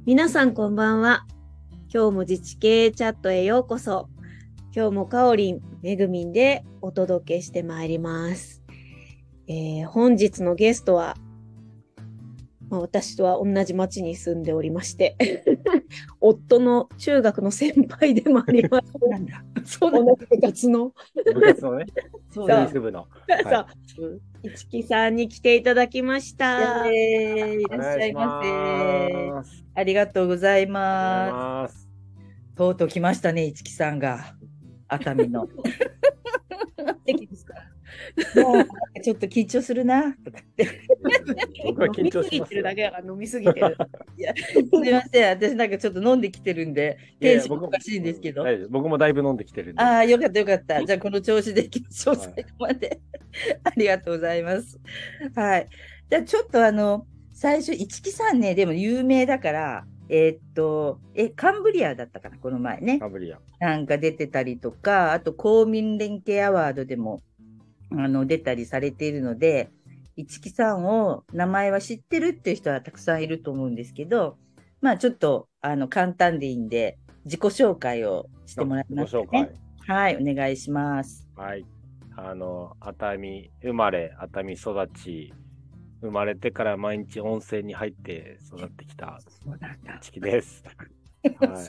皆さんこんばんは。今日も自治経営チャットへようこそ。今日もかおりん、めぐみんでお届けしてまいります。本日のゲストは、私とは同じ町に住んでおりまして夫の中学の先輩でもあります。 なんだ。 そうなんだ。部活のね。 そうテニス部の。 そう。市木さんに来ていただきました。 いらっしゃいませ。ありがとうございます。とうとう来ましたね、市木さんが。熱海の。 席ですか？ もうちょっと緊張するなとかって。 僕は緊張します。 飲みすぎてるだけだから飲みすぎてる。 いや、すみません、私なんかちょっと飲んできてるんで、テンションおかしいんですけど。 僕もだいぶ飲んできてるんで。 ああ、よかったよかった。じゃあこの調子でいきましょう、最後まで。ありがとうございます。はい。じゃあちょっと最初、市木さんね、でも有名だから、カンブリアだったかな、この前ね。 カンブリア。 なんか出てたりとか、あと公民連携アワードでも、出たりされているので、市木さんを名前は知ってるっていう人はたくさんいると思うんですけど、まあちょっと、簡単でいいんで、自己紹介をしてもらいますかね。はい、お願いします。 はい。熱海生まれ、熱海育ち、生まれてから毎日温泉に入って育ってきた市木です。はい。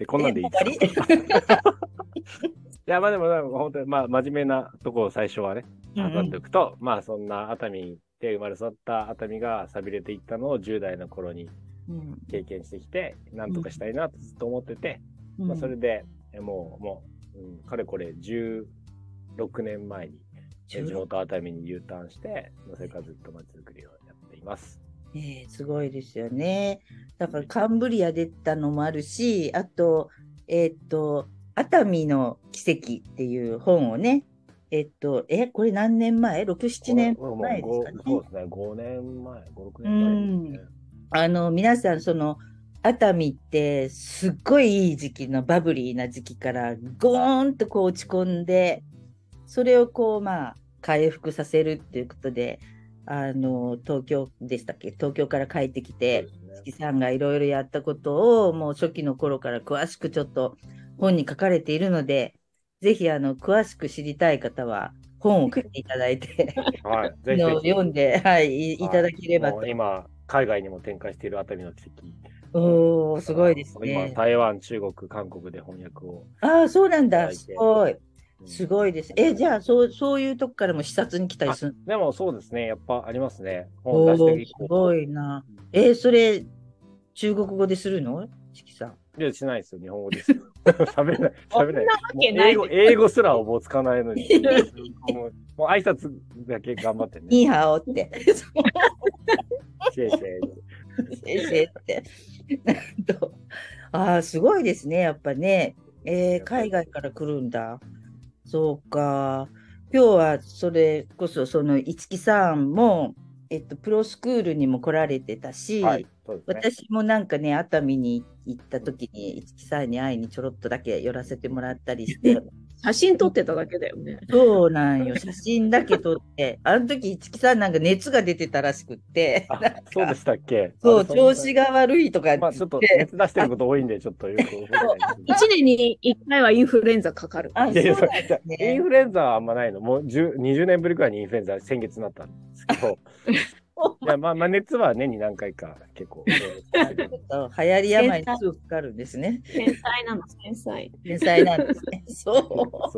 こんなんでいいですか？いや、でも本当に真面目なところを最初はね、挟んでおくと、そんな熱海で生まれ育った熱海が寂れていったのを10代の頃に経験してきて、なんとかしたいなとずっと思ってて、それでかれこれ16年前に地元熱海に U ターンして、それからずっと街づくりをやっています。 すごいですよね。だからカンブリア出たのもあるし、あと、熱海の奇跡っていう本をね、これ何年前 ?6、7年前ですかね。 そうですね、5年前、5、6年前ですね。 皆さん、熱海ってすっごいいい時期のバブリーな時期からゴーンとこう落ち込んで、それを回復させるっていうことで、東京でしたっけ？東京から帰ってきて、市木さんがいろいろやったことをもう初期の頃から詳しくちょっと本に書かれているので、ぜひ詳しく知りたい方は本を買っていただいて、 はい、ぜひ読んで、はい、いただければと。 今、海外にも展開している熱海の奇跡。 おー、すごいですね。 今、台湾、中国、韓国で翻訳を。 ああ、そうなんだ。すごい。すごいです。じゃあ、そういうとこからも視察に来たりする？ でもそうですね。やっぱありますね。 本出してすごいな。それ、中国語でするの？チキさん。 いや、しないですよ。日本語です。喋れない。英語すらおぼつかないのに。もう挨拶だけ頑張ってね。 ニーハオって。 シェイシェイ。 シェイシェイって。なんと。ああ、すごいですね。やっぱね。海外から来るんだ。そうか。今日はそれこそ、市木さんも、プロスクールにも来られてたし、 はい、 私もなんかね、熱海に行った時に、市木さんに会いにちょろっとだけ寄らせてもらったりして。 写真撮ってただけだよね。 そうなんよ。写真だけ撮って、あの時、市木さんなんか熱が出てたらしくって、 そうでしたっけ？ そう、調子が悪いとかちょっと熱出してること多いんで、ちょっとよく覚えてないです。1年に1回はインフルエンザかかる。 あ、そうですね。 インフルエンザはあんまないの。もう20年ぶりくらいにインフルエンザ先月になったんですけど。いや、熱は年に何回か結構。流行り病にすぐかかるんですね。 繊細なの、繊細。 繊細なんですね。そう。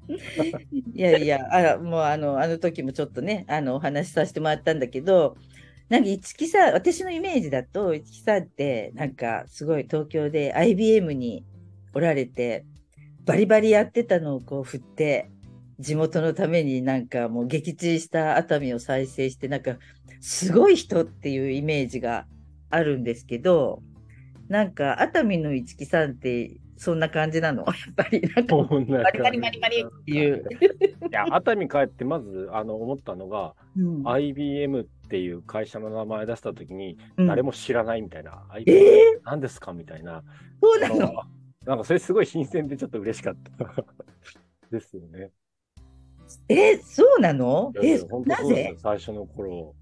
いやいや、もうあの時もちょっとね、お話しさせてもらったんだけど、なんか市木さん、私のイメージだと、市木さんって、なんかすごい東京で IBM におられて、バリバリやってたのをこう振って、地元のためになんかもう撃沈した熱海を再生して、なんかすごい人っていうイメージがあるんですけど、なんか熱海の市木さんってそんな感じなの？やっぱりなんかバリバリバリバリっていう。 いや、熱海帰ってまず思ったのが、IBM っていう会社の名前出したときに、誰も知らないみたいな。IBM 何ですかみたいな。 そうなの？ なんかそれすごい新鮮でちょっと嬉しかったですよね。 そうなの？ なぜ？最初の頃。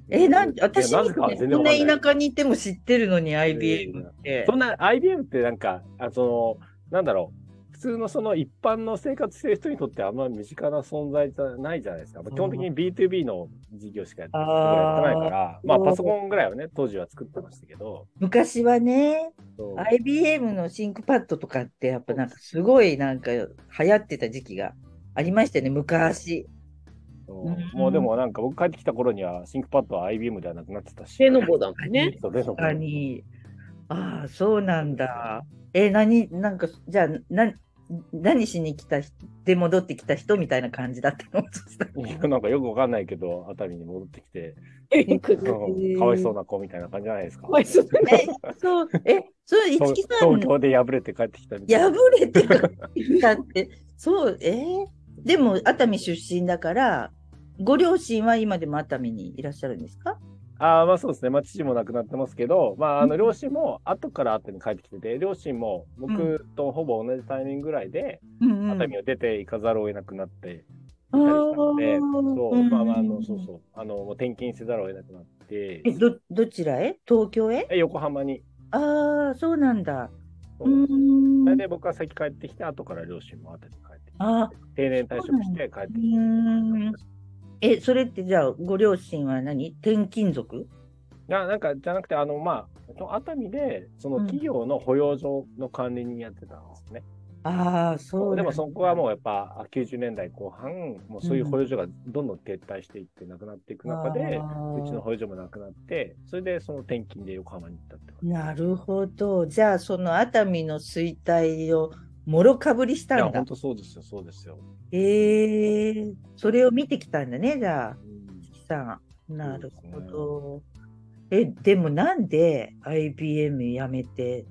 私なぜかは全然こんなわかんない。 田舎にいても知ってるのに IBM って。 そんな IBM ってなんか、なんだろう。普通のその一般の生活してる人にとってあんまり身近な存在じゃないじゃないですか。基本的に B2B の事業しかやってないから、まあパソコンぐらいはね、当時は作ってましたけど。 昔はね、 そう IBM のシンクパッドとかってやっぱなんかすごいなんか流行ってた時期がありましたよね、昔。 もうでもなんか僕帰ってきた頃にはシンクパッドは IBM ではなくなってたし。 レノボだもんね。 確かに。ああ、そうなんだ。なんか、じゃあ、何しに来た人で戻ってきた人みたいな感じだったの？ いやなんかよくわかんないけど、熱海に戻ってきて、かわいそうな子みたいな感じじゃないですか。 かわいそうだね。 市木さん。 東京で敗れて帰ってきたみたいな。 敗れて帰ってきたって、でも熱海出身だから、ご両親は今でも熱海にいらっしゃるんですか？ まあそうですね。まあ父も亡くなってますけど、まあ両親も後から熱海に帰ってきてて、両親も僕とほぼ同じタイミングぐらいで、熱海を出て行かざるを得なくなっていたりしたので、転勤せざるを得なくなって。 どちらへ？東京へ？ 横浜に。 ああ、そうなんだ。 それで僕は先帰ってきて、後から両親も熱海に帰ってきて、定年退職して帰ってきて。それってじゃあ、ご両親は転勤族？ なんか、じゃなくて、熱海で、その企業の保養所の管理人やってたんですね。 そうでもそこはもうやっぱ90年代後半、もうそういう保養所がどんどん撤退していってなくなっていく中で、うちの保養所もなくなって、それでその転勤で横浜に行ったって感じ。 なるほど。じゃあ、その熱海の衰退をもろかぶりしたんだ。 いや、本当そうですよ、そうですよ。 それを見てきたんだね、じゃあ、さん。なるほど。でもなんで IBM 辞めて、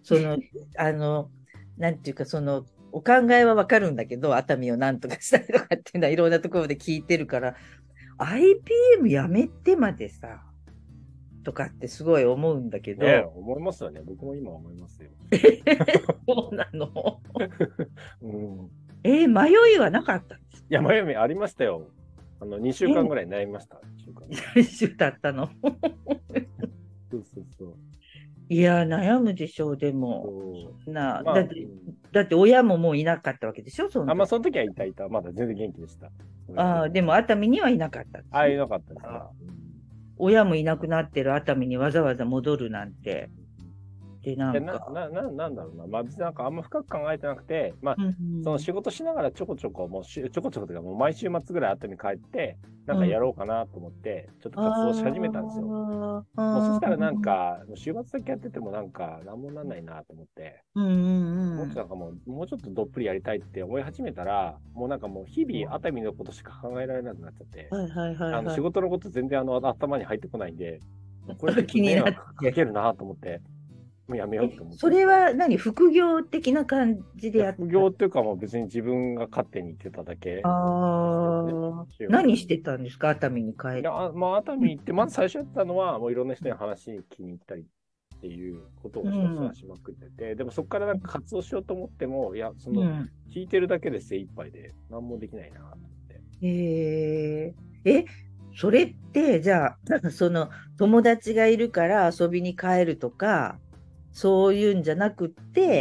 なんていうか、お考えはわかるんだけど、熱海をなんとかしたりとかっていうのはいろんなところで聞いてるから、IBM 辞めてまでさ、とかってすごい思うんだけど。 思いますよね。僕も今思いますよ。 そうなの？ 迷いはなかったんですか？ いや、迷いありましたよ。2週間ぐらい悩みました。 2週経ったの？ そう。 いや、悩むでしょう、でも。だって親ももういなかったわけでしょ？その時はいた。まだ全然元気でした。 でも熱海にはいなかったんですね。 いなかったです。 親もいなくなってる熱海にわざわざ戻るなんて。で、なんだろうな。まあ、別になんかあんま深く考えてなくて、まあ、その仕事しながらちょこちょこというか、もう毎週末ぐらい熱海帰って、なんかやろうかなと思って、ちょっと活動し始めたんですよ。もうそしたらなんか、週末だけやっててもなんか、なんもなんないなと思って、もうちょっとどっぷりやりたいって思い始めたら、もうなんかもう日々熱海のことしか考えられなくなっちゃって、仕事のこと全然頭に入ってこないんで、これ気になってかけるなと思って、もうやめようと思って。 それは副業的な感じでやってた？ 副業っていうかもう別に自分が勝手に言ってただけ。 何してたんですか？熱海に帰って。 熱海行って、まず最初やったのは、もういろんな人に話に聞きに行ったりっていうことをひたすらしまくってて、でもそこからなんか活動しようと思っても、いや、聞いてるだけで精一杯で何もできないなと思って。 それって、じゃあ、友達がいるから遊びに帰るとか、そういうんじゃなくって、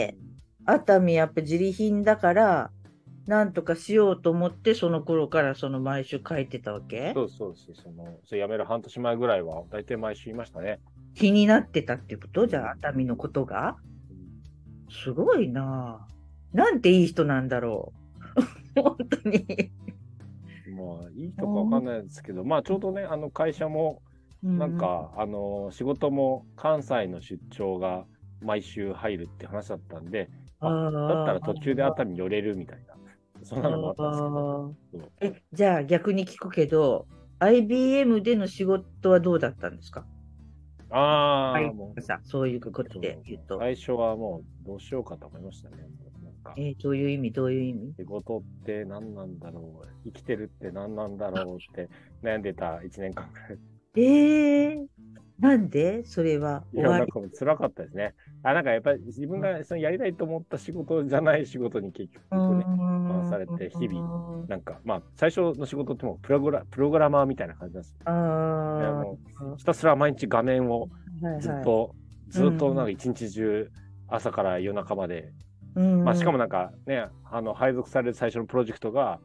熱海やっぱ自利品だから、なんとかしようと思って、その頃から毎週帰ってたわけ？ そう。それ辞める半年前ぐらいは、大体毎週いましたね。 気になってたってこと？じゃあ、熱海のことが？すごいなぁ。なんていい人なんだろう。本当に。 いい人かわかんないですけど、ちょうどね、会社も、なんか、仕事も関西の出張が毎週入るって話だったんで、だったら途中で熱海寄れるみたいな、そんなのもあったんですけど。 じゃあ逆に聞くけど、IBM での仕事はどうだったんですか？そういうことで言うと。 最初はもうどうしようかと思いましたね。 どういう意味？ 仕事って何なんだろう、生きてるって何なんだろうって悩んでた1年間くらい。 なんでそれはいや、なんか辛かったですね。なんかやっぱり自分がそのやりたいと思った仕事じゃない仕事に結局ね、回されて、日々、なんか、まあ、最初の仕事ってもうプログラマーみたいな感じなんですよ。もうひたすら毎日画面をずっとなんか一日中、朝から夜中まで、まあ、しかもなんかね、配属される最初のプロジェクトが、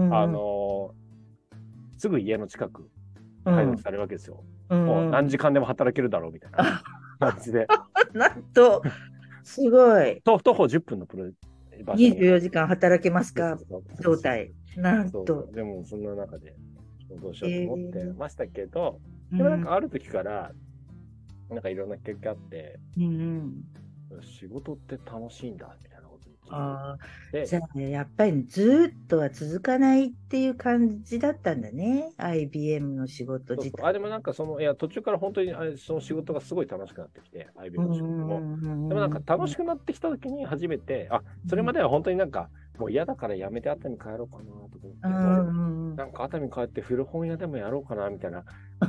すぐ家の近くに配属されるわけですよ。もう何時間でも働けるだろうみたいな感じで。 なんと、すごい。 徒歩10分の場所に。24時間働けますか状態。なんと。 でも、そんな中で、どうしようと思ってましたけど、でもなんかある時から、なんかいろんな経験あって、仕事って楽しいんだ、みたいなことに聞いて。じゃあね、やっぱりずっとは続かないっていう感じだったんだね。IBM の仕事自体。 でもなんか途中から本当にその仕事がすごい楽しくなってきて、IBM の仕事も。でもなんか楽しくなってきた時に初めて、それまでは本当になんか、もう嫌だからやめて熱海帰ろうかなと思って、なんか熱海帰って古本屋でもやろうかなみたいな。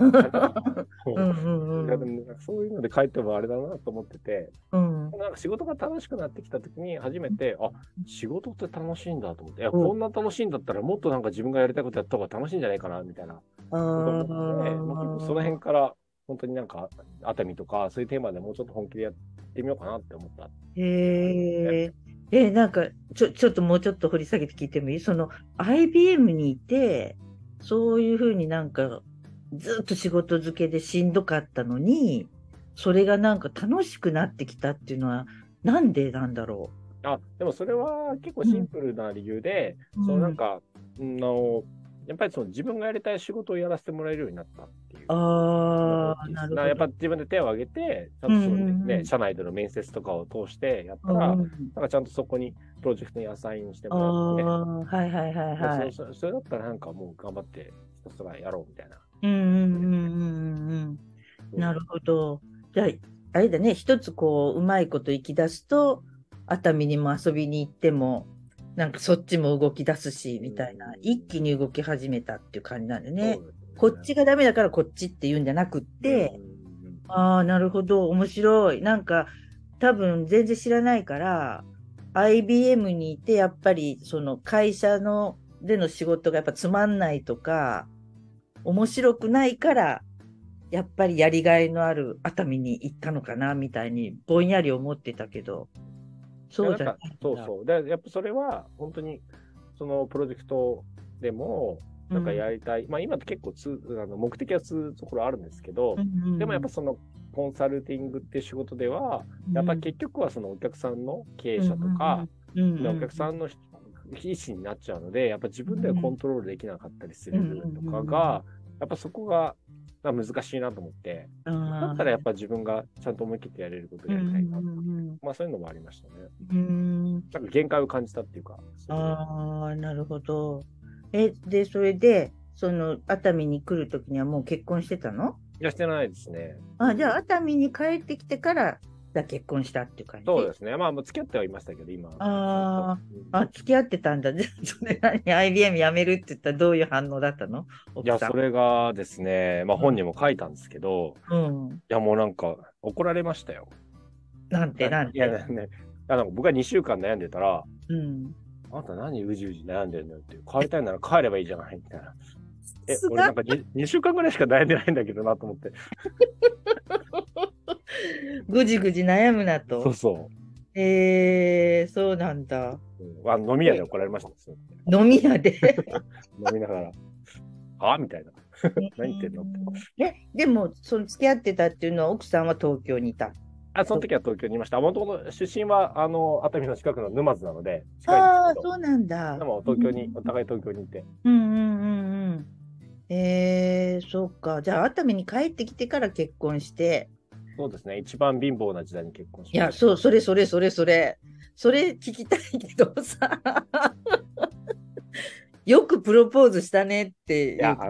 そういうので帰ってもあれだなと思ってて、なんか仕事が楽しくなってきた時に初めて、仕事って楽しいんだと思って、こんな楽しいんだったらもっとなんか自分がやりたいことやった方が楽しいんじゃないかなみたいなこと思って、その辺から本当になんか熱海とかそういうテーマでもうちょっと本気でやってみようかなって思った。 なんかちょっともうちょっと掘り下げて聞いてもいい？その IBM にいて、そういうふうになんかずっと仕事漬けでしんどかったのに、それがなんか楽しくなってきたっていうのは、なんでなんだろう？でもそれは結構シンプルな理由で、なんか、やっぱり自分がやりたい仕事をやらせてもらえるようになったっていう。 なるほど。 やっぱ自分で手を挙げて、ちゃんとそうね、社内での面接とかを通してやったら、なんかちゃんとそこにプロジェクトにアサインしてもらって、それだったらなんかもう頑張ってひたすらやろうみたいな。 なるほど。じゃあ、あれだね、一つうまいこと行き出すと、熱海にも遊びに行っても、なんかそっちも動き出すし、みたいな、一気に動き始めたっていう感じなんだよね。こっちがダメだからこっちって言うんじゃなくって、なるほど、面白い。なんか、多分全然知らないから、IBM にいて、やっぱりその会社での仕事がやっぱつまんないとか、面白くないから、やっぱりやりがいのある熱海に行ったのかなみたいにぼんやり思ってたけど、そうじゃないんだ。 そう。で、やっぱそれは本当にそのプロジェクトでもなんかやりたい、まあ今って結構目的は通ところあるんですけど、でもやっぱそのコンサルティングっていう仕事では、やっぱ結局はそのお客さんの経営者とか、お客さんの意思になっちゃうので、やっぱ自分ではコントロールできなかったりするとかが、やっぱそこが難しいなと思って、だったらやっぱ自分がちゃんと思い切ってやれることやりたいなと。まあそういうのもありましたね。なんか限界を感じたっていうか。 なるほど。で、それで、その熱海に来るときにはもう結婚してたの？ いや、してないですね。 じゃあ熱海に帰ってきてから結婚したっていう感じ？ そうですね。まあ、もう付き合ってはいましたけど、今。 付き合ってたんだ。それ何 IBM 辞めるって言ったらどういう反応だったの？ いや、それがですね、まあ本にも書いたんですけど、いや、もうなんか怒られましたよ。 なんて。 いやね、僕が2週間悩んでたら、あんた何うじうじ悩んでんのって、帰りたいなら帰ればいいじゃないみたいな。俺なんか 2週間ぐらいしか悩んでないんだけどなと思って。 ぐじぐじ悩むなと。 そうそう。 そうなんだ。 飲み屋で怒られました。 飲み屋で飲みながら、みたいな。何言ってんのって。 でも、その付き合ってたっていうのは奥さんは東京にいた？ その時は東京にいました。もともと出身は熱海の近くの沼津なので、近いんですけど。 そうなんだ。 でもお互い東京にいて。 そうか。じゃあ熱海に帰ってきてから結婚して。 そうですね。一番貧乏な時代に結婚しました。 いや、それ。それ聞きたいけどさ。よくプロポーズしたねっていう。 いや、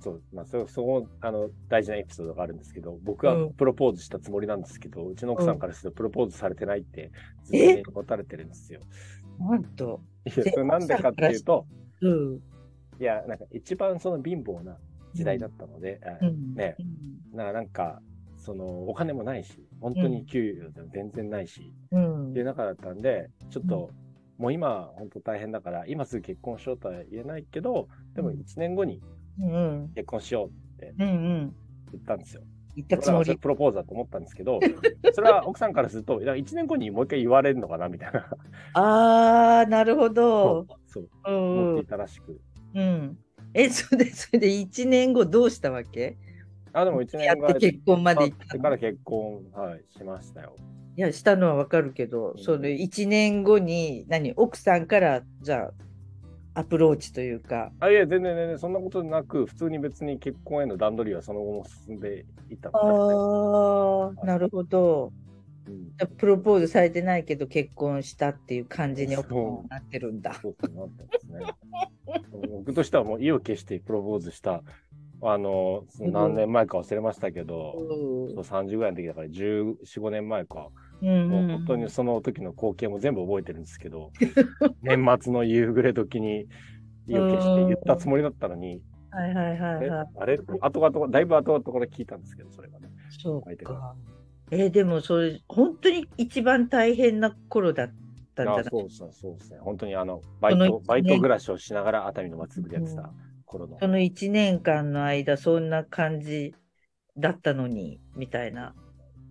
大事なエピソードがあるんですけど、僕はプロポーズしたつもりなんですけど、うちの奥さんからするとプロポーズされてないってずっと持たれてるんですよ。 なんと。 いや、それなんでかっていうと、いや、なんか一番その貧乏な時代だったので、なんか、 そのお金もないし、本当に給料でも全然ないし、っていう中だったんで、ちょっと、もう今、本当大変だから、今すぐ結婚しようとは言えないけど、でも1年後に結婚しようって言ったんですよ。 言ったつもり。 プロポーズだと思ったんですけど、それは奥さんからすると、1年後にもう一回言われるのかなみたいな。 ああ、なるほど。 そう、思っていたらしく。 それで1年後どうしたわけ？ でも1年後やって結婚まで行ったから結婚、しましたよ。 いや、したのはわかるけど、その1年後に、奥さんから、じゃあ、アプローチというか。 いや、全然、そんなことなく、普通に別に結婚への段取りはその後も進んでいったので。なるほど。プロポーズされてないけど、結婚したっていう感じになってるんだ。 そうなってますね。僕としてはもう意を決してプロポーズした、何年前か忘れましたけど、30ぐらいの時だから14、15年前か。もう本当にその時の光景も全部覚えてるんですけど、年末の夕暮れ時に意を決して言ったつもりだったのに、あれだいぶ後々から聞いたんですけど、それがね。 そうか。でもそれ、本当に一番大変な頃だったんじゃない？ そうですね。本当にバイト暮らしをしながら熱海の祭りでやってた頃の。 その1年間の間、そんな感じだったのに、みたいな。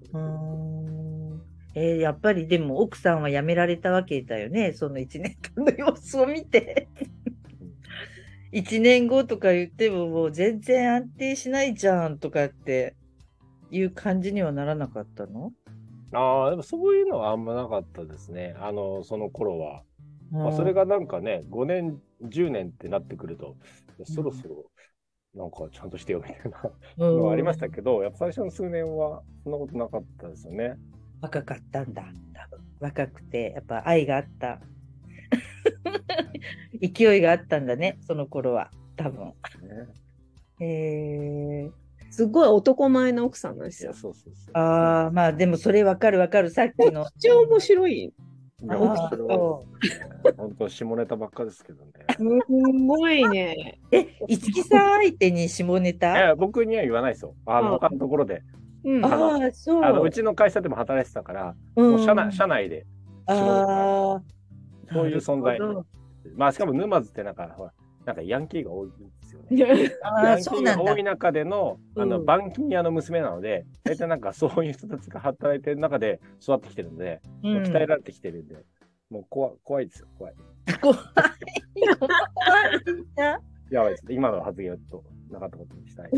やっぱりでも奥さんは辞められたわけだよね、その1年間の様子を見て。1年後とか言ってももう全然安定しないじゃんとかっていう感じにはならなかったの？ でもそういうのはあんまなかったですね。その頃は。それがなんかね、5年、10年ってなってくると、そろそろなんかちゃんとしてよみたいなのはありましたけど、やっぱ最初の数年はそんなことなかったですよね。 若かったんだ、多分。若くて、やっぱ愛があった。勢いがあったんだね、その頃は、多分。 すごい男前の奥さんなんですよ。 そう。 まあでもそれわかる、さっきの。 めっちゃ面白い。 本当下ネタばっかですけどね。 すごいね。 五木さん相手に下ネタ？ 僕には言わないですよ。他のところで。 そう。 うちの会社でも働いてたから、もう社内で下ネタ。そういう存在。しかも沼津ってなんかヤンキーが多いんですよね。ヤンキーが多い中での、板金屋の娘なので、大体なんかそういう人たちが働いてる中で育ってきてるんで、鍛えられてきてるんで、もう怖いですよ、怖い。やばいです。今の発言となかったことにしたい。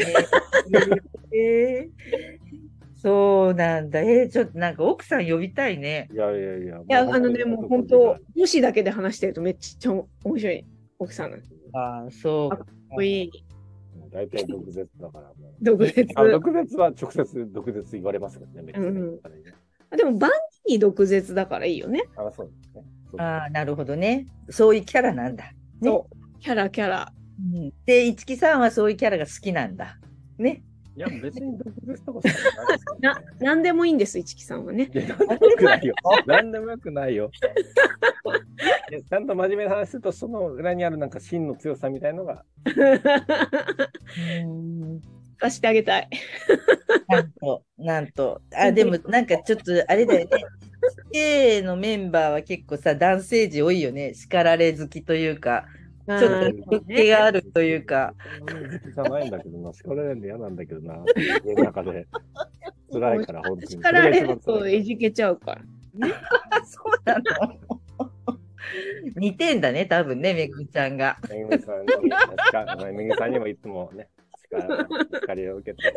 そうなんだ。ちょっとなんか奥さん呼びたいね。 いや、 もう本当、女子だけで話してるとめっちゃ面白い奥さんなんです。 そう。 かっこいい。 大体毒舌だからもう。 毒舌は直接毒舌言われますけどね、別に。 でも、万人に毒舌だからいいよね。 そうですね。 なるほどね。そういうキャラなんだ。 そう。キャラ。 で、市木さんはそういうキャラが好きなんだ。ね。 いや、別に毒舌とかなんでもいいんです、市木さんはね。 なんでもよくないよ。ちゃんと真面目な話すると、その裏にあるなんか芯の強さみたいのが。 貸してあげたい。 なんと。でもなんかちょっとあれだよね。A のメンバーは結構さ、男性陣多いよね。叱られ好きというか。ちょっと気気があるというか。 じゃないんだけどな、叱られるの嫌なんだけどな、家の中で。辛いから、本当に。 叱られるといじけちゃうから。 そうなの？似てんだね、多分ね、めぐみちゃんが。 めぐみさんにもいつもね、叱りを受けて。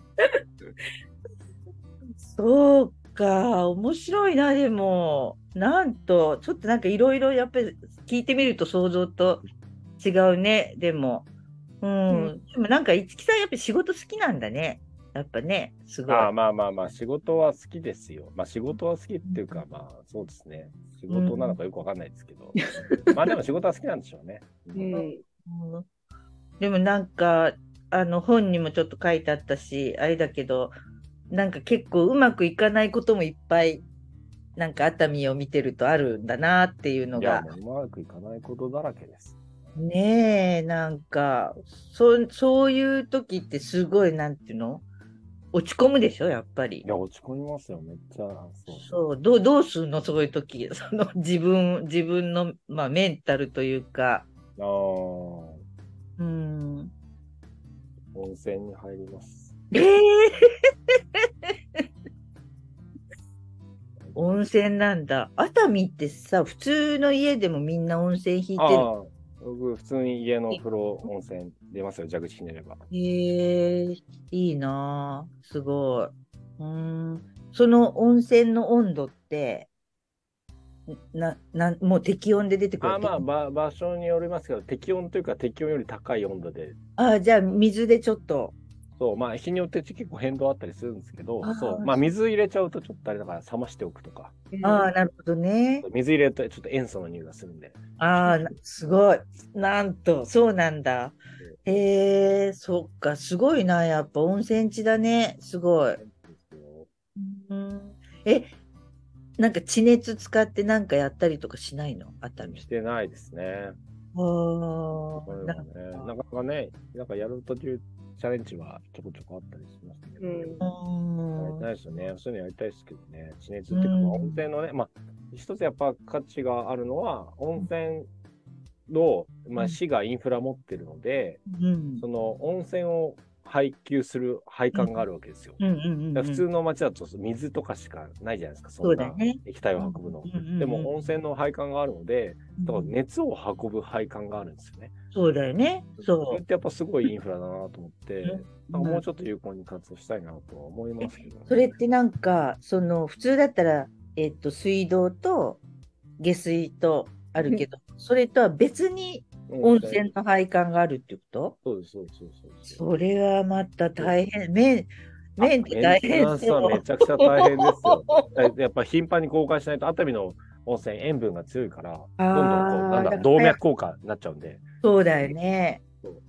そうか、面白いな、でも。なんと、ちょっとなんかいろいろやっぱり聞いてみると想像と違うね、でも。でもなんか、市木さんやっぱり仕事好きなんだね。やっぱね、すごい。 まあ、仕事は好きですよ。仕事は好きっていうか、そうですね。仕事なのかよくわかんないですけど。でも仕事は好きなんでしょうね。 でもなんか、本にもちょっと書いてあったし、あれだけど、なんか結構うまくいかないこともいっぱい、なんか熱海を見てるとあるんだなっていうのが。 うまくいかないことだらけです。 ねえ、なんか、そういう時ってすごい、なんていうの？ 落ち込むでしょ、やっぱり。 いや、落ち込みますよ、めっちゃ。 そう、どうすんの、そういう時。自分の、まあ、メンタルというか。 ああ、 温泉に入ります。 温泉なんだ。熱海ってさ、普通の家でもみんな温泉引いてる。 僕、普通に家の風呂、温泉出ますよ、蛇口ひねれば。 いいなぁ。すごい。その温泉の温度って、もう適温で出てくる。 場所によりますけど、適温というか適温より高い温度で。 じゃあ水でちょっと。 そう、日によって結構変動あったりするんですけど、水入れちゃうとちょっとあれだから冷ましておくとか。 なるほどね。 水入れるとちょっと塩素の匂いがするんで。 すごい。なんと、そうなんだ。そっか、すごいな、やっぱ温泉地だね。すごい。なんか地熱使ってなんかやったりとかしないの？熱海。 してないですね。なかなかね、なんかやる途中チャレンジはちょこちょこあったりしますけど、やりたいですよね。そういうのやりたいですけどね。地熱っていうか、温泉のね、一つやっぱ価値があるのは、温泉の、市がインフラ持ってるので、その温泉を配給する配管があるわけですよ。普通の町だと水とかしかないじゃないですか、そんな液体を運ぶの。でも温泉の配管があるので、だから熱を運ぶ配管があるんですよね。 そうだよね。 それってやっぱすごいインフラだなと思って、もうちょっと有効に活用したいなとは思いますけど、ね。 それってなんか、普通だったら、水道と下水とあるけど、それとは別に温泉の配管があるってこと？ そうです。 それはまた大変。メンテ大変そう。 めちゃくちゃ大変ですよ。やっぱ頻繁に交換しないと、熱海の温泉塩分が強いから、どんどん動脈硬化になっちゃうんで。 そうだよね。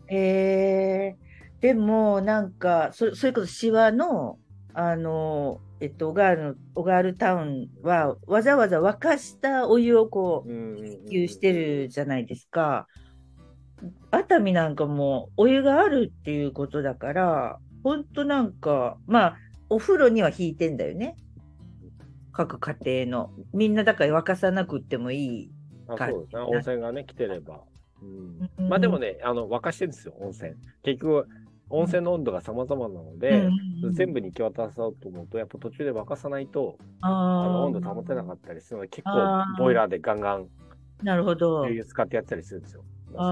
でも、なんか、それこそシワの、小ガールタウンは、わざわざ沸かしたお湯を支給してるじゃないですか。熱海なんかもお湯があるっていうことだから、本当なんか、お風呂には引いてんだよね。各家庭の。みんなだから沸かさなくってもいい感じ。そうですね。温泉がね、来てれば。でもね、沸かしてるんですよ、温泉。結局、温泉の温度が様々なので、全部に行き渡そうと思うと、やっぱ途中で沸かさないと、温度保てなかったりするので、結構ボイラーでガンガン、 なるほど。 湯使ってやったりするんですよ。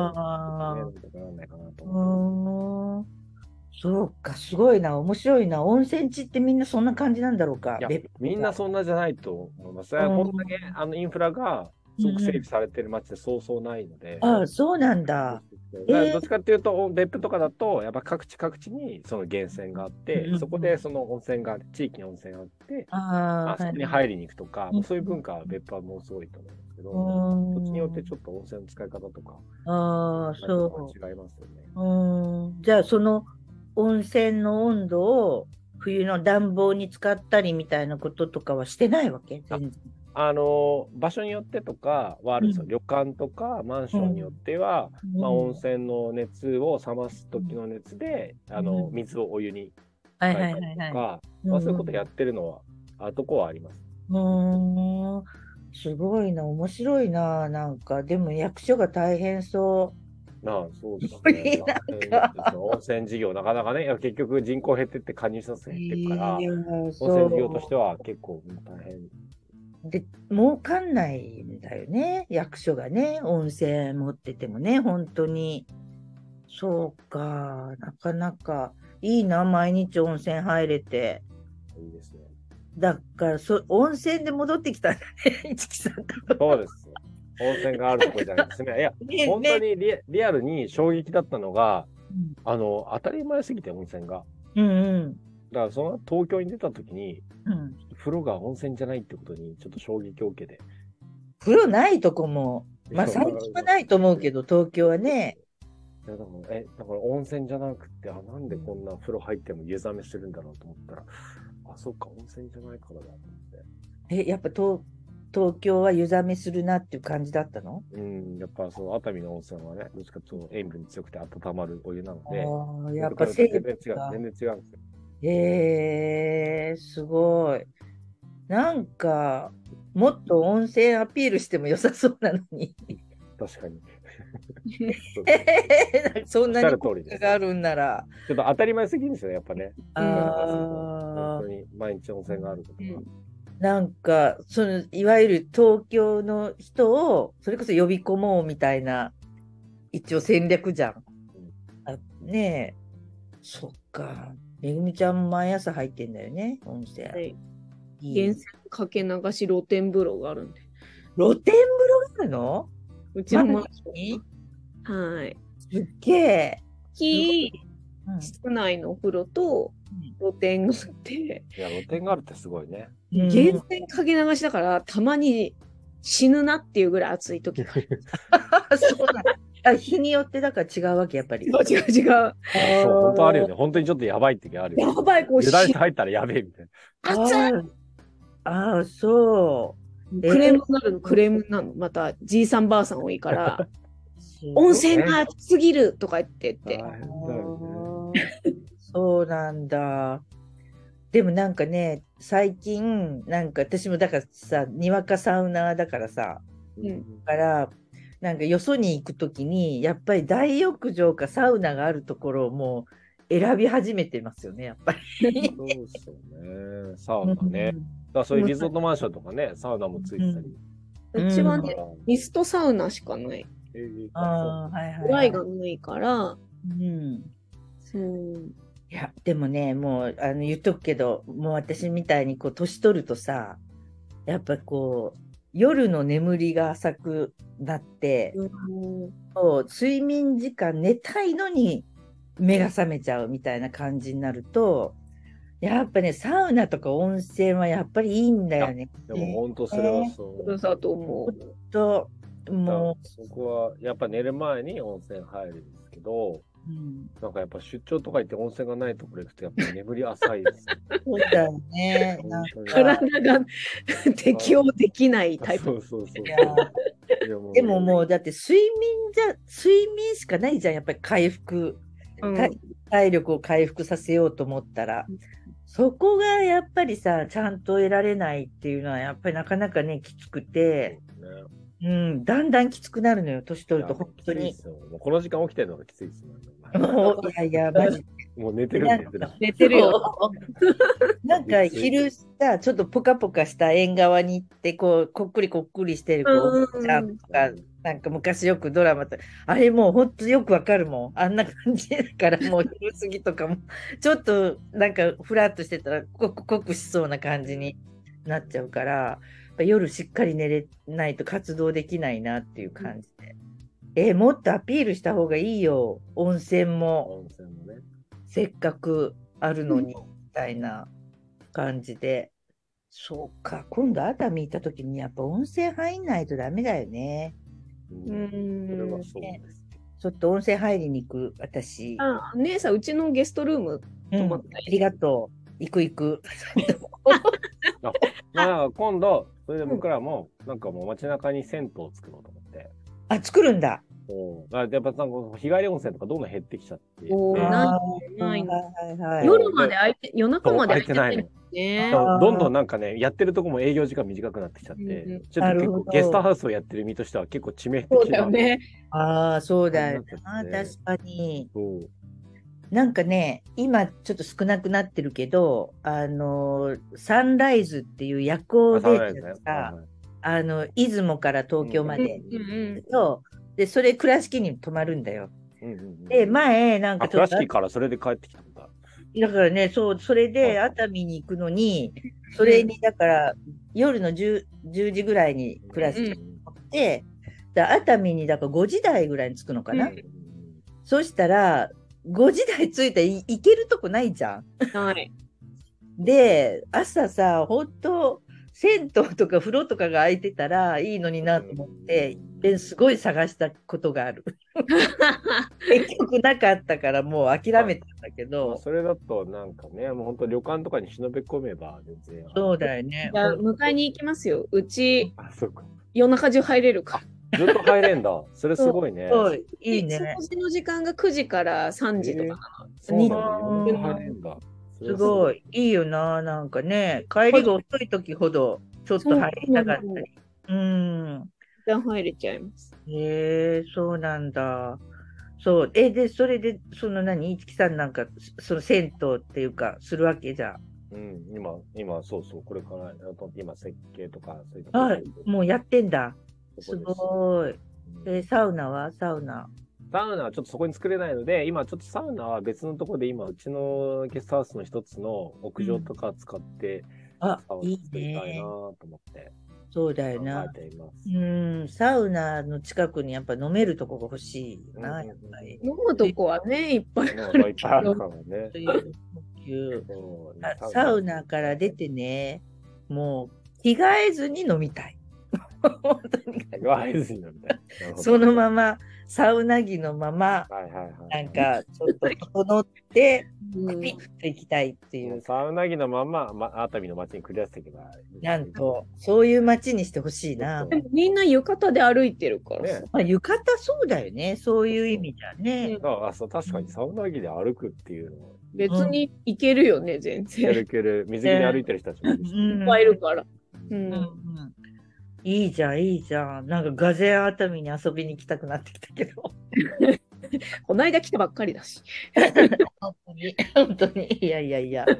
そうか、すごいな、面白いな。温泉地ってみんなそんな感じなんだろうか。 みんなそんなじゃないと思います。こんだけインフラがすごく整備されてる街ってそうそうないので。 そうなんだ。 どっちかっていうと、別府とかだと、やっぱ各地にその源泉があって、そこでその温泉が、地域に温泉があって、そこに入りに行くとか、そういう文化は別府はもうすごいと思うんですけど、土地によってちょっと温泉の使い方とか、違いますよね。 じゃあ、その温泉の温度を冬の暖房に使ったりみたいなこととかはしてないわけ？全然。 場所によってとかはあるんですよ。旅館とかマンションによっては、温泉の熱を冷ます時の熱で、水をお湯に変えたりとか、そういうことやってるのは、とこはあります。 すごいな、面白いな、なんか、でも役所が大変そう。 そうですね。温泉事業、なかなかね、結局人口減ってって加入者数減ってるから、温泉事業としては結構大変。 で、儲かんないんだよね、役所がね、温泉持っててもね、本当に。そうか、なかなかいいな、毎日温泉入れて。 いいですね。 だから、温泉で戻ってきたんだね、市木さん。 そうです。温泉があるところじゃないですね。いや、本当にリアルに衝撃だったのが、当たり前すぎて温泉が。だからその東京に出た時に、風呂が温泉じゃないってことにちょっと衝撃を受けて。 風呂ないとこも、最近はないと思うけど、東京はね。 だから温泉じゃなくて、なんでこんな風呂入っても湯冷めするんだろうと思ったら、そっか、温泉じゃないからだと思って。 やっぱ東京は湯冷めするなっていう感じだったの？ やっぱ熱海の温泉はね、どっちかというと塩分強くて温まるお湯なので、 やっぱ全然違うんですよ。 すごい。なんか、もっと温泉アピールしても良さそうなのに。 確かに。 そんなに効おっしゃる通りです果があるんなら。 ちょっと当たり前すぎるんですよね、やっぱね。 あ本当に毎日温泉があることが。 なんか、いわゆる東京の人を、それこそ呼び込もうみたいな、一応戦略じゃん。ねえ、そっか。めぐみちゃん毎朝入ってんだよね、温泉。 はい、 いい源泉かけ流し露天風呂があるんで。 露天風呂があるの？ うちのマンションにはい。 すっげえ。 室内のお風呂と露天があって、 いや、露天があるってすごいね。 源泉かけ流しだから、たまに死ぬなっていうぐらい暑い時がある。 そうなんだ。日によってだから違うわけ、やっぱり。 違う。 そう、本当あるよね。本当にちょっとやばい時あるよ、ね。 やばい、こう、 油断して入ったらやべえみたいな。 熱いああ、そう。 クレームになるの、クレームなの。また、じいさんばあさん多いから、温泉が熱すぎるとか言って。 そうなんだ。でもなんかね、最近、なんか私もだからさ、にわかサウナーだからさ、だから、なんかよそに行くときに、やっぱり大浴場かサウナがあるところをもう選び始めてますよね、やっぱり。 そうですよね。サウナね。だからそういうリゾートマンションとかね、サウナもついてたり。 うちはね、ミストサウナしかない。ドライがないから。 いや、でもね、もう言っとくけど、もう私みたいにこう年取るとさ、やっぱこう、夜の眠りが浅くなって、睡眠時間寝たいのに目が覚めちゃうみたいな感じになると、やっぱね、サウナとか温泉はやっぱりいいんだよね。 でも本当それはそう。 だと思う。 もうそこはやっぱ寝る前に温泉入るんですけど、なんかやっぱ出張とか行って温泉がないところ行くとやっぱり眠り浅いです。 そうだよね。 体が適応できないタイプ。 そう。 でももうだって睡眠しかないじゃん、やっぱり回復。体力を回復させようと思ったら。そこがやっぱりさ、ちゃんと得られないっていうのはやっぱりなかなかね、きつくて。だんだんきつくなるのよ、年取ると、本当に。 もうこの時間起きてるのがきついですいや、マジで。 もう寝てるよ。 寝てるよ。 なんか昼さ、ちょっとポカポカした縁側に行って、こっくりしてる子ちゃんとか、なんか昔よくドラマと、あれもう本当よくわかるもん。あんな感じだからもう昼過ぎとかも、ちょっとなんかふらっとしてたら、濃くしそうな感じになっちゃうから、夜しっかり寝れないと活動できないなっていう感じで。もっとアピールした方がいいよ。温泉も。 ね。 せっかくあるのに、みたいな感じで。そうか。今度熱海行った時にやっぱ温泉入んないとダメだよね。 それはそうです。 ちょっと温泉入りに行く、私。 姉さん、うちのゲストルーム泊まった。 ありがとう。行く。 今度、それで僕らも、なんかもう街中に銭湯を作ろうと思って。 作るんだ。 やっぱなんか日帰り温泉とかどんどん減ってきちゃって。 ない夜中まで開いてないの。 どんどんなんかね、やってるとこも営業時間短くなってきちゃって、ちょっと結構ゲストハウスをやってる身としては結構致命的な。 そうだよね。 そうだよな。確かに。なんかね、今ちょっと少なくなってるけど、サンライズっていう夜行電車が、出雲から東京まで。で、それ倉敷に泊まるんだよ。で、前、なんか倉敷からそれで帰ってきたんだ。 だからね、それで熱海に行くのに、それに、だから、夜の10時ぐらいに倉敷に乗って、熱海に、だから5時台ぐらいに着くのかな。そしたら、5時台着いたら行けるとこないじゃん。 はい。 で、朝さ、本当銭湯とか風呂とかが空いてたらいいのになと思って、すごい探したことがある。結局なかったからもう諦めたんだけど。 それだとなんかね、もう本当旅館とかに忍び込めば全然。 そうだよね。 迎えに行きますよ。うち、夜中中入れるか。 ずっと入れんだ。それすごいね。 いいね。 掃除の時間が9時から3時とかなの。そうなんだ。入れんだ。 すごい。いいよな。なんかね、帰りが遅い時ほど、ちょっと入りたかったり。うん。 一旦入れちゃいます。 へえ、そうなんだ。そう。で、それで、一木さんなんか、その銭湯っていうか、するわけじゃん。 うん、今、そうそう、これから、今、設計とか、そういうとこはい、もうやってんだ。すそこごい。サウナはサウナはちょっとそこに作れないので、今ちょっとサウナは別のところで今、うちのゲストハウスの一つの屋上とか使って、サウナ作りたいなと思って。 そうだよな。サウナの近くにやっぱ飲めるとこが欲しいな、やっぱり。 飲むとこはね、いっぱいあるけど。 サウナから出てね、もう着替えずに飲みたい。本当に。着替えずに飲みたい。 そのまま、サウナ着のまま、なんかちょっと整って、ピッと行きたいっていう。 サウナ着のまま、熱海の街に繰り出していけば。 なんと、そういう街にしてほしいな。 みんな浴衣で歩いてるからさ。 浴衣そうだよね。そういう意味じゃね。 確かにサウナ着で歩くっていうのは。 別に行けるよね、全然。 いける。水着で歩いてる人たちもいっぱいいるから。 いいじゃん、いいじゃん。なんか、ガゼ熱海に遊びに行きたくなってきたけど。 この間来たばっかりだし。 本当に。いやいやいや。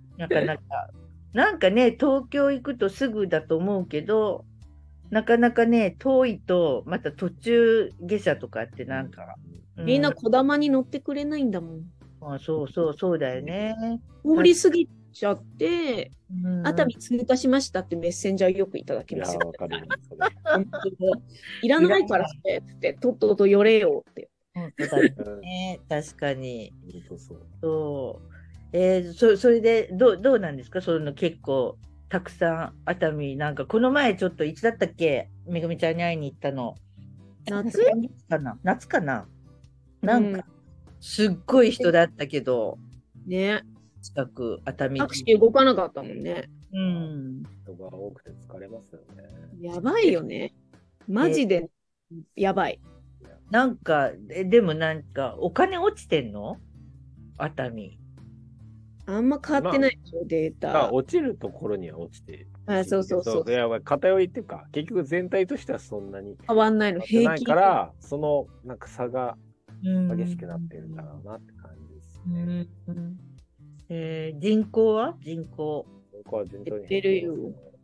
なんかね、東京行くとすぐだと思うけど、なかなかね、遠いと、また途中下車とかってなんか。 みんなこだまに乗ってくれないんだもん。 そうだよね。 通り過ぎちゃって、熱海通過しましたってメッセンジャーよくいただきますよ。 わかる。 いらないからって、とっとと寄れよって。 本当だね。確かに。そう。それでどうなんですか？結構たくさん熱海、なんかこの前ちょっといつだったっけ？めぐみちゃんに会いに行ったの。夏かななんか、すっごい人だったけど。 ね。 近く、熱海。 タクシー動かなかったもんね。 人が多くて疲れますよね。 やばいよね。マジでやばい。 なんか、でもなんか、お金落ちてんの？熱海。 あんま変わってないでしょ、データ。 落ちるところには落ちてる。 そう。 いや、偏りっていうか、結局全体としてはそんなに変わんないの、 平均。ないから、なんか差が激しくなってるんだろうなって感じですね。 人口は順調に減ってるよ。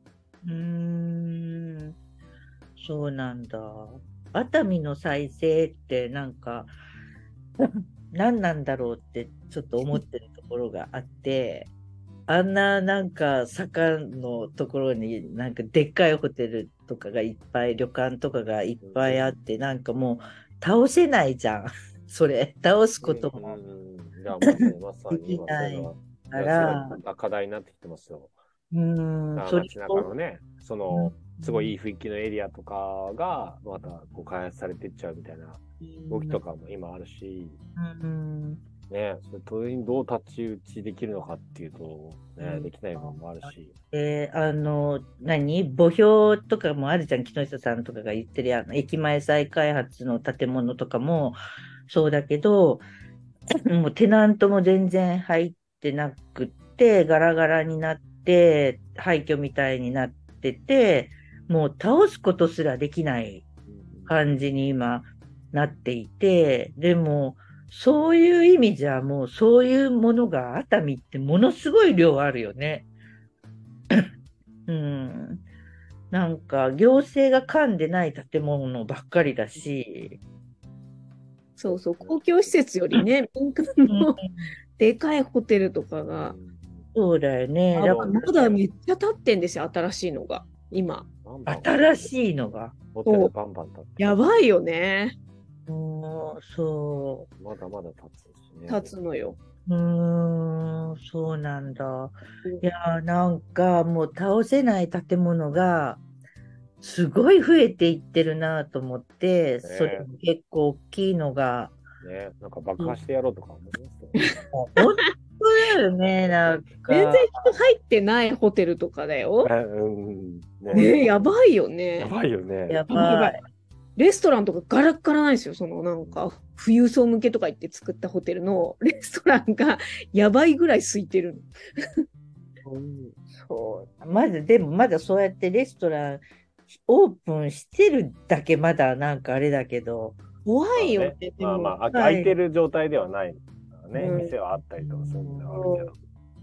そうなんだ。熱海の再生ってなんか何なんだろうってちょっと思ってるところがあってあんななんか坂のところになんかでっかいホテルとかがいっぱい旅館とかがいっぱいあってなんかもう倒せないじゃんそれ倒すこともまさにから課題になってきてますよ。街中のねすごいいい雰囲気のエリアとかがまた開発されていっちゃうみたいな動きとかも今あるし、ね、それにどう太刀打ちできるのかっていうと、ね、できない部分もあるし。 墓標とかもあるじゃん、木下さんとかが言ってる駅前再開発の建物とかもそうだけど、もうテナントも全然入ってなくって、ガラガラになって、廃墟みたいになってて、もう倒すことすらできない感じに今なっていて、でも、そういう意味じゃもうそういうものが熱海ってものすごい量あるよね。なんか行政が噛んでない建物ばっかりだし。 そう、公共施設よりね、民間のでかいホテルとかが。 そうだよね。 まだめっちゃ建ってんですよ、新しいのが。今。 新しいのが。 やばいよね。 そう。 まだまだ立つしね。 立つのよ。 そうなんだ。いや、なんかもう倒せない建物がすごい増えていってるなと思って、それ結構大きいのが。 ね、なんか爆破してやろうとか思いますよ。本当だよね、なんか。 全然人入ってないホテルとかだよ。やばいよね。 やばいよね。 やばい。 レストランとかガラッガラないですよ。そのなんか、富裕層向けとか言って作ったホテルのレストランがやばいぐらい空いてる。 そう。でもまだそうやってレストランオープンしてるだけまだなんかあれだけど。 怖いよね。 まあまあ、空いてる状態ではないからね。店はあったりとかそういうのはあるけど。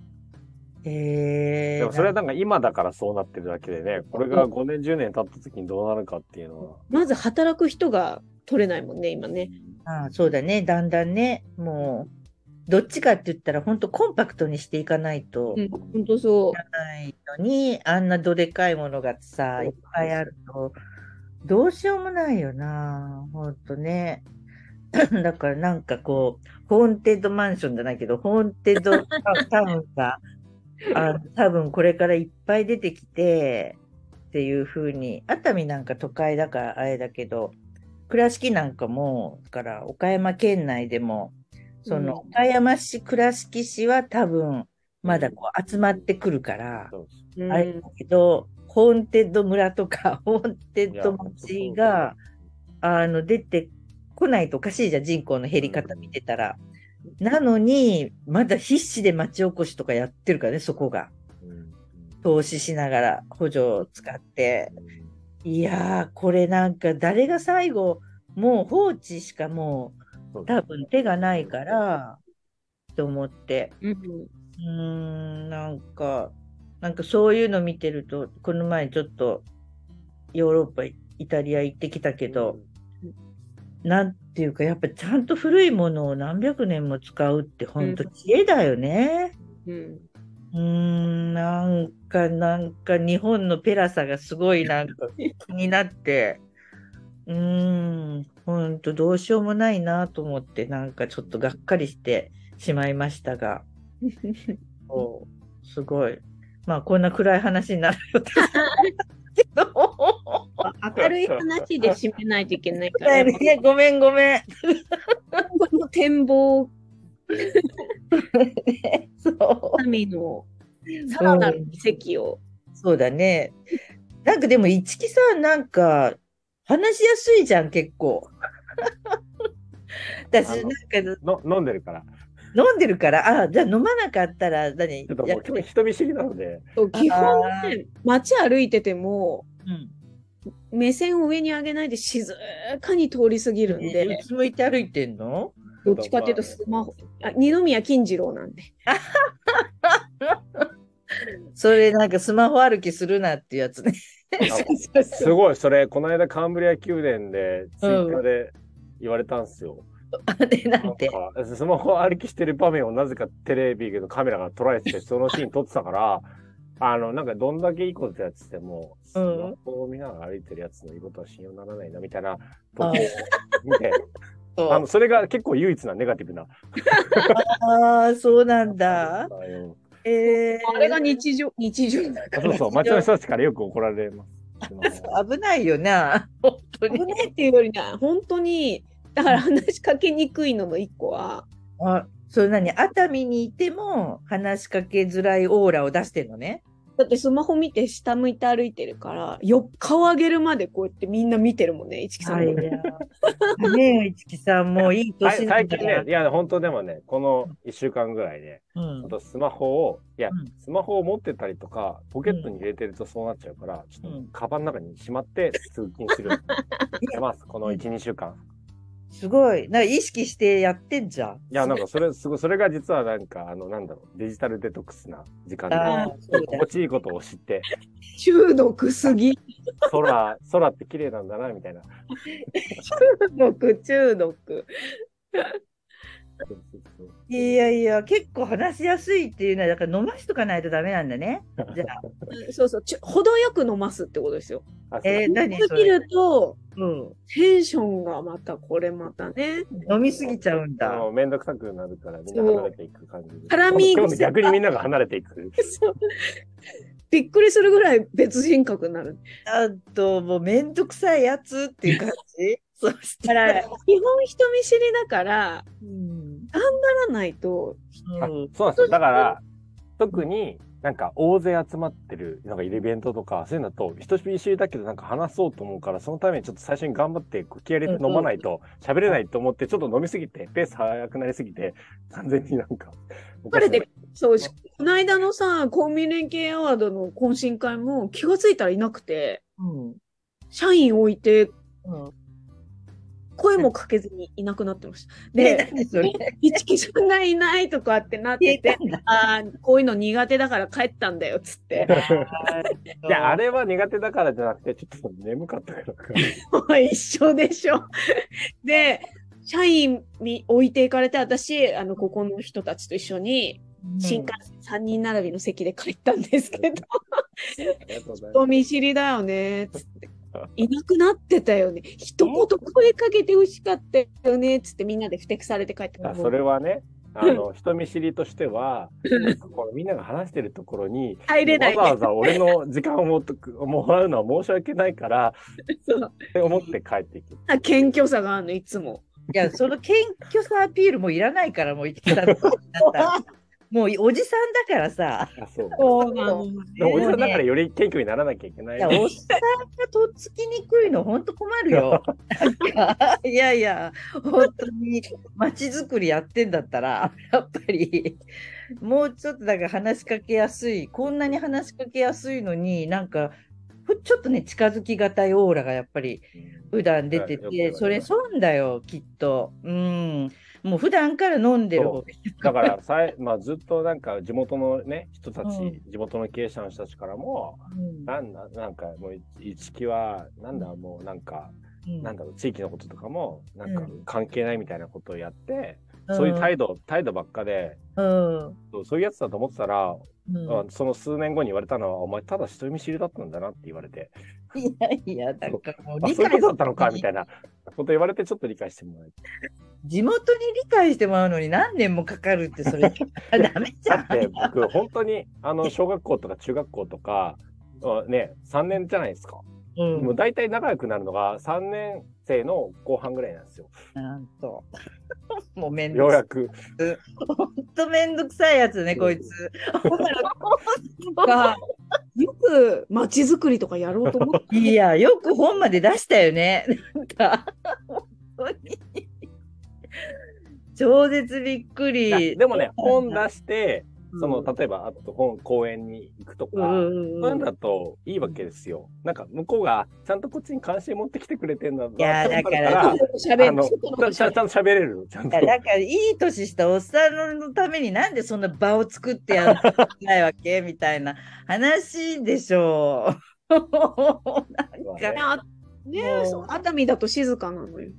でもそれはなんか今だからそうなってるだけでね、これが5年、10年経った時にどうなるかっていうのは。 まず働く人が取れないもんね、今ね。 そうだね。だんだんね、もう、どっちかって言ったら本当コンパクトにしていかないと。 本当そう。 ないのに、あんなどでかいものがさ、いっぱいあると、どうしようもないよな。ほんとね。だからなんかこう、ホーンテッドマンションじゃないけど、ホーンテッドタウンが、多分これからいっぱい出てきて、っていう風に、熱海なんか都会だからあれだけど、倉敷なんかも、だから岡山県内でも、その岡山市、倉敷市は多分、まだこう集まってくるから、あれだけど、ホーンテッド村とか、ホーンテッド町が、出てこないとおかしいじゃん、人口の減り方見てたら。なのに、まだ必死で町おこしとかやってるからね、そこが。投資しながら補助を使って。いやー、これなんか誰が最後、もう放置しかもう多分手がないから、と思って。なんかそういうの見てると、この前ちょっとヨーロッパ、イタリア行ってきたけど、なんていうか、やっぱちゃんと古いものを何百年も使うって本当知恵だよね。なんか日本のペラさがすごいなんか気になって、本当どうしようもないなと思って、なんかちょっとがっかりしてしまいましたが、すごい。まあこんな暗い話になるよけど。 明るい話で締めないといけないから。 ね、ごめん。 この展望。 そう。 神のさらなる奇跡を。 そうだね。なんかでも、一木さん、なんか、話しやすいじゃん、結構。私、なんか飲んでるから。 飲んでるから、じゃあ飲まなかったらちょっともう人見知りなので。 基本ね、街歩いてても、目線を上に上げないで静かに通り過ぎるんで。 うつむいて歩いてんの？ どっちかっていうとスマホ、二宮金次郎なんで。 それなんかスマホ歩きするなっていうやつね。 すごい、それ、この間カンブリア宮殿でツイッターで言われたんですよ。 なんてスマホ歩きしてる場面をなぜかテレビのカメラが捉えてて、そのシーン撮ってたから、なんかどんだけいいことやってても、スマホを見ながら歩いてるやつの言うことは信用ならないな、みたいなとこを見て、それが結構唯一なネガティブな。 そうなんだ。 あれが日常だから。 そう、街の人たちからよく怒られます。 危ないよな。本当に。 危ないっていうよりね、本当に、だから話しかけにくいのの一個は。 それ何？熱海にいても話しかけづらいオーラを出してるのね。 だってスマホ見て下向いて歩いてるから、顔上げるまでこうやってみんな見てるもんね、市木さんも。 ねえ、市木さんもいい年最近ね、いや、本当でもね、この1週間ぐらいで、スマホを持ってたりとか、ポケットに入れてるとそうなっちゃうから、ちょっとカバンの中にしまって通勤するようにしてます、この1、2週間。 すごい。なんか意識してやってんじゃん。いや、なんかそれが実はなんか、デジタルデトックスな時間で、心地いいことを知って。 中毒すぎ。 空って綺麗なんだな、みたいな。 中毒。 いや、結構話しやすいっていうのは、だから飲ましとかないとダメなんだね。じゃあ。 そう、程よく飲ますってことですよ。 何それ？ると、テンションがまたね。 飲みすぎちゃうんだ。 めんどくさくなるから、みんな離れていく感じで。 今日逆にみんなが離れていく。 びっくりするぐらい別人格になる。 もうめんどくさいやつっていう感じ。 そしたら、基本人見知りだから、頑張らないと。 そうなんですよ。だから、 特になんか大勢集まってる、なんかイベントとか、そういうのだと、人見知りだけどなんか話そうと思うから、そのためにちょっと最初に頑張って気合い入れて飲まないと喋れないと思って、ちょっと飲みすぎて、ペース早くなりすぎて、完全になんか、 これで、そう、この間のさ、公民連携アワードの懇親会も気がついたらいなくて、社員置いて、声もかけずにいなくなってました。で、一木さんがいないとかってなってて、こういうの苦手だから帰ったんだよ、つって。 いや、あれは苦手だからじゃなくて、ちょっと眠かったからか。 一緒でしょ。で、社員に置いていかれて、私、ここの人たちと一緒に、新幹線3人並びの席で帰ったんですけど、人見知りだよね、つって。いなくなってたよね。一言声かけてほしかったよね、つってみんなでふてくされて帰ってた。 それはね、人見知りとしては、このみんなが話してるところに、 入れない、 わざわざ俺の時間をもらうのは申し訳ないから、って思って帰っていく。 謙虚さがあるの、いつも。 いや、その謙虚さアピールもいらないから、もう一木さんだったら。もうおじさんだからさ。 そうなの、ね。 おじさんだからより謙虚にならなきゃいけない。 いや、おっさんがとっつきにくいの、本当困るよ。いやいや、本当に街づくりやってんだったら、やっぱり、もうちょっとだから話しかけやすい、こんなに話しかけやすいのに、なんか、ちょっとね、近づきがたいオーラがやっぱり普段出てて、それ損だよ、きっと。もう普段から飲んでる方がいい。 だからずっとなんか地元のね、人たち、地元の経営者の人たちからも、なんかもう一木は、なんだ、もうなんか、なんだろう、地域のこととかも、なんか関係ないみたいなことをやって、そういう態度ばっかで、そういうやつだと思ってたら、その数年後に言われたのは、お前ただ人見知りだったんだなって言われて。 いやいや、だからもう理解そういうことだったのかみたいなこと言われて、ちょっと理解してもらえて。 地元に理解してもらうのに何年もかかるって、それダメじゃん。 だって僕、本当に小学校とか中学校とか、ね、3年じゃないですか。もう大体仲良くなるのが3年生の後半ぐらいなんですよ。 なんと。もうめんどくさい。 ようやく。 ほんとめんどくさいやつね、こいつ。 よく街づくりとかやろうと思って。 いや、よく本まで出したよね。なんか、本当に。超絶びっくり。 でもね、本出して、例えば、あと公園に行くとか、なんだといいわけですよ。なんか、向こうがちゃんとこっちに関心持ってきてくれてんだいや、だから、 ちゃんと喋れる。ちゃんと。 だから、いい年したおっさんのためになんでそんな場を作ってやらないわけみたいな話でしょう。なんか。 ねえ、熱海だと静かなのよ。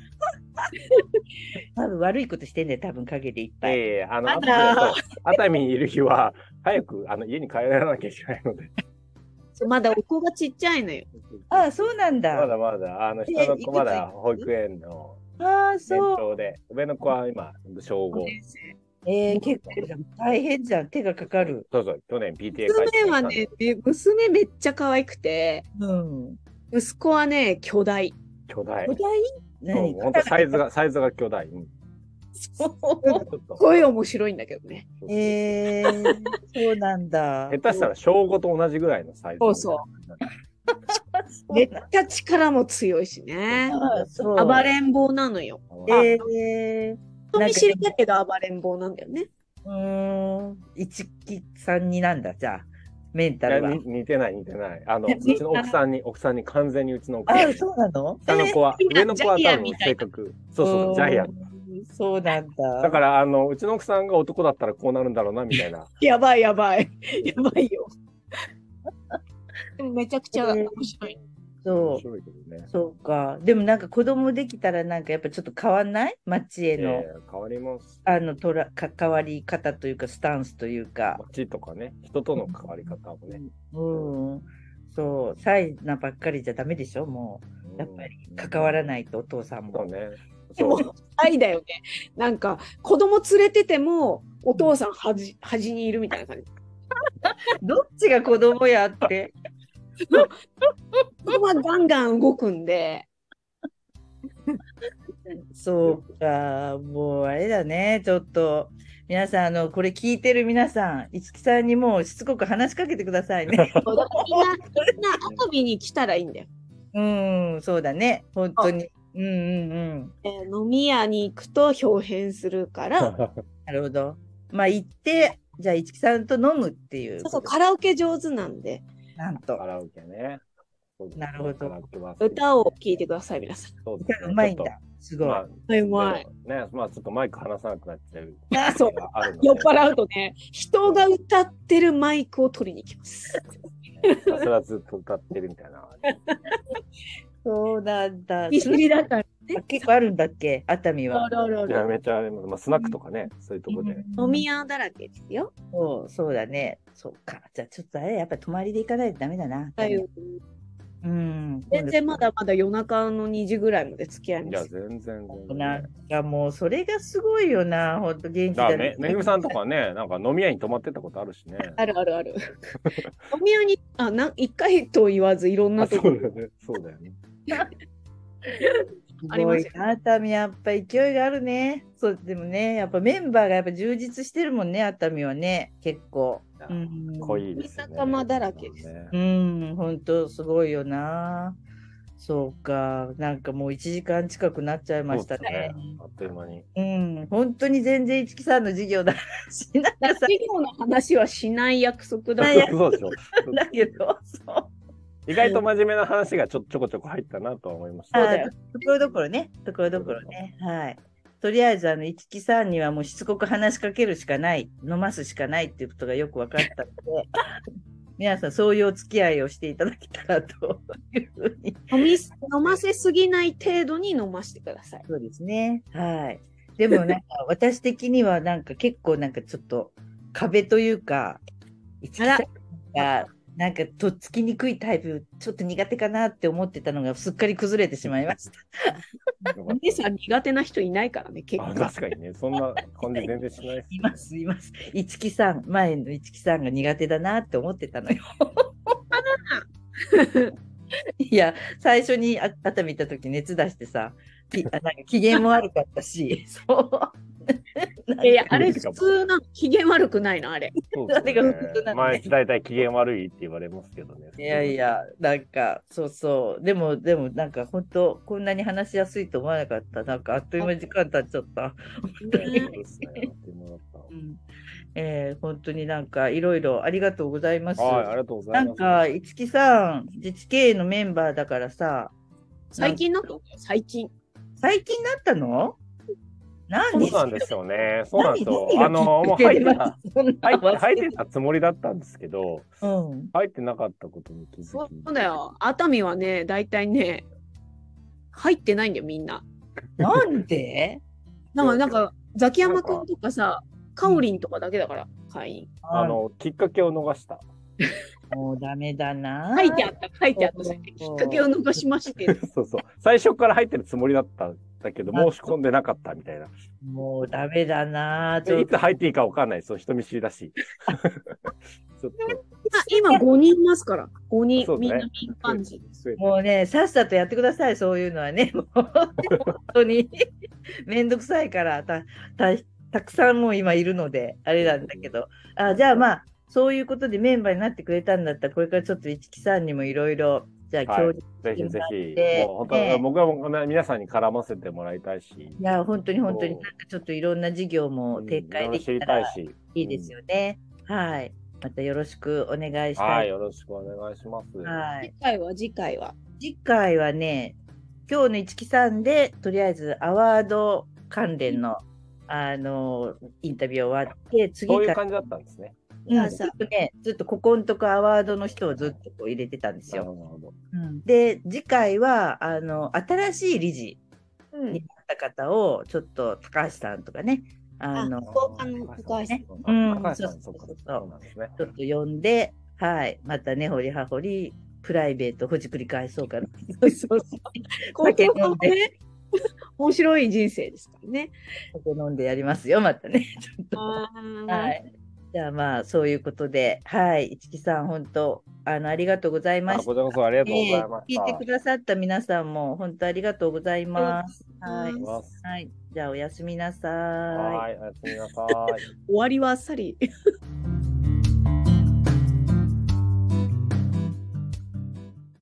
多分悪いことしてんだよ、多分陰でいっぱい。 熱海にいる日は、早く家に帰らなきゃいけないので。 まだお子がちっちゃいのよ。 ああ、そうなんだ。 まだまだ、下の子まだ保育園の年長で、上の子は今、小5。 結構大変じゃん、手がかかる。 そうそう、去年 PTA 娘はね、娘めっちゃ可愛くて、息子はね、巨大。 巨大何？ 本当サイズが巨大。 すごい面白いんだけどね。 そうなんだ。 下手したら小5と同じぐらいのサイズ。 そうそう。めっちゃ力も強いしね。暴れん坊なのよ。人見知りだけど暴れん坊なんだよね。 一木さんになんだ、じゃあ。メンタルは。 似てない。うちの奥さんに完全にうちの奥さんに。 そうなの？ 下の子は、上の子は多分性格。そう、ジャイアン。 そうなんだ。 だから、うちの奥さんが男だったらこうなるんだろうな、みたいな。 やばいよ。でもめちゃくちゃ面白い。 そうか。でもなんか子供できたらなんかやっぱちょっと変わんない？街への。 変わります。 関わり方というか、スタンスというか。 街とかね、人との関わり方もね。 そう、サイなばっかりじゃダメでしょ、もう。やっぱり関わらないと、お父さんも。 そうね。 でも、愛だよね。なんか、子供連れてても、お父さん端にいるみたいな感じ。 どっちが子供やって。 子供はガンガン動くんで。 そうか、もうあれだね、ちょっと。 皆さん、これ聞いてる皆さん、五木さんにもうしつこく話しかけてくださいね。 そうだからみんな熱海に来たらいいんだよ。 そうだね。本当に。 飲み屋に行くと表変するから。 なるほど。まあ行って、じゃあ、市木さんと飲むっていう。 そう、カラオケ上手なんで。 なんと。 カラオケね。 なるほど。 歌を聴いてください、皆さん。 歌がうまいんだ。すごい。 うまい。 ね、まあちょっとマイク離さなくなっちゃう。 そう。酔っ払うとね、人が歌ってるマイクを取りに行きます。 それはずっと歌ってるみたいな。 そうなんだ。 一緒だからね。結構あるんだっけ、熱海は。 いや、めっちゃあります。まあ、スナックとかね、そういうとこで。 飲み屋だらけですよ。 そうだね。そうか。じゃあちょっとあれ、やっぱり泊まりで行かないとダメだな。 全然まだまだ夜中の2時ぐらいまで付き合います。 いや、全然。 なんかもう、それがすごいよな、ほんと元気だね。 めぐみさんとかね、なんか飲み屋に泊まってたことあるしね。 ある。飲み屋に、一回と言わずいろんなところ。 そうだよね。 ありますよ。熱海やっぱ勢いがあるね。そう、でもね、やっぱメンバーがやっぱ充実してるもんね、熱海はね、結構。 濃いですね。 仲間だらけですね。本当すごいよな。そうか、なんかもう1時間近くなっちゃいましたね。 あっという間に。 本当に全然市木さんの授業だしながら。 授業の話はしない約束だ。 そうでしょ。 だけど、そう。 意外と真面目な話がちょこちょこ入ったなとは思いました。 ところどころね。はい。とりあえず、市木さんにはもうしつこく話しかけるしかない、飲ますしかないっていうことがよく分かったので、皆さんそういうお付き合いをしていただけたらというふうに。 飲ませすぎない程度に飲ませてください。 そうですね。はい。でもなんか私的にはなんか結構なんかちょっと壁というか、市木さんがなんかとっつきにくいタイプ、ちょっと苦手かなって思ってたのがすっかり崩れてしまいました。 お姉さん苦手な人いないからね、結構。 確かにね、そんな感じ全然しないです。 います。市木さん、前の市木さんが苦手だなって思ってたのよ。いや、最初に熱海行った時熱出してさ、なんか機嫌も悪かったし、そう。 いや、あれ普通なの、機嫌悪くないの、あれ。 毎日大体機嫌悪いって言われますけどね。 いや、なんか、そう。でも、なんか、本当こんなに話しやすいと思わなかった。なんか、あっという間に時間経っちゃった。本当になんか、いろいろありがとうございます。 はい、ありがとうございます。 なんか、市木さん、自治経営のメンバーだからさ。 最近なったの？最近なったの？ そうなんですよね。そうなんですよ。もう入ってたつもりだったんですけど、入ってなかったことに気づき。 そうだよ。熱海はね、大体ね、入ってないんだよ、みんな。 なんで？ なんか、ザキヤマくんとかさ、カオリンとかだけだから、会員。 きっかけを逃した。 もうダメだな。 書いてあった。きっかけを逃しまして。 そう。最初から入ってるつもりだったんだけど、申し込んでなかったみたいな。 もうダメだな。 いつ入っていいか分かんない。そう、人見知りだし。ちょっと今5人いますから。5人、みんな民間人。 もうね、さっさとやってください、そういうのはね。もう本当にめんどくさいからたくさんもう今いるので、あれなんだけど。じゃあまあ、そういうことでメンバーになってくれたんだったら、これからちょっと市木さんにもいろいろ、じゃあ協力ぜひ。もう本当に、僕は皆さんに絡ませてもらいたいし。 いや、本当に、なんかちょっといろんな事業も展開できたらいいですよね。はい。またよろしくお願いしたい。 はい、よろしくお願いします。 はい。 次回はね、今日の市木さんで、とりあえずアワード関連の、インタビュー終わって、次から。 そういう感じだったんですね。 ずっとここのとこアワードの人をずっとこう入れてたんですよ。で、次回は、新しい理事になった方を、ちょっと高橋さんとかね、 高官の高橋さん。 ちょっと呼んで、はい、またね、掘り葉掘り、プライベートほじくり返そうかな。 酒飲んで。面白い人生ですからね。 酒飲んでやりますよ、またね。はい。じゃあまあ、そういうことで、はい、市木さん、本当、ありがとうございました。 こちらこそありがとうございました。 聞いてくださった皆さんも、本当ありがとうございます。はい。 じゃあおやすみなさい。 はい、おやすみなさい。 終わりはあっさり。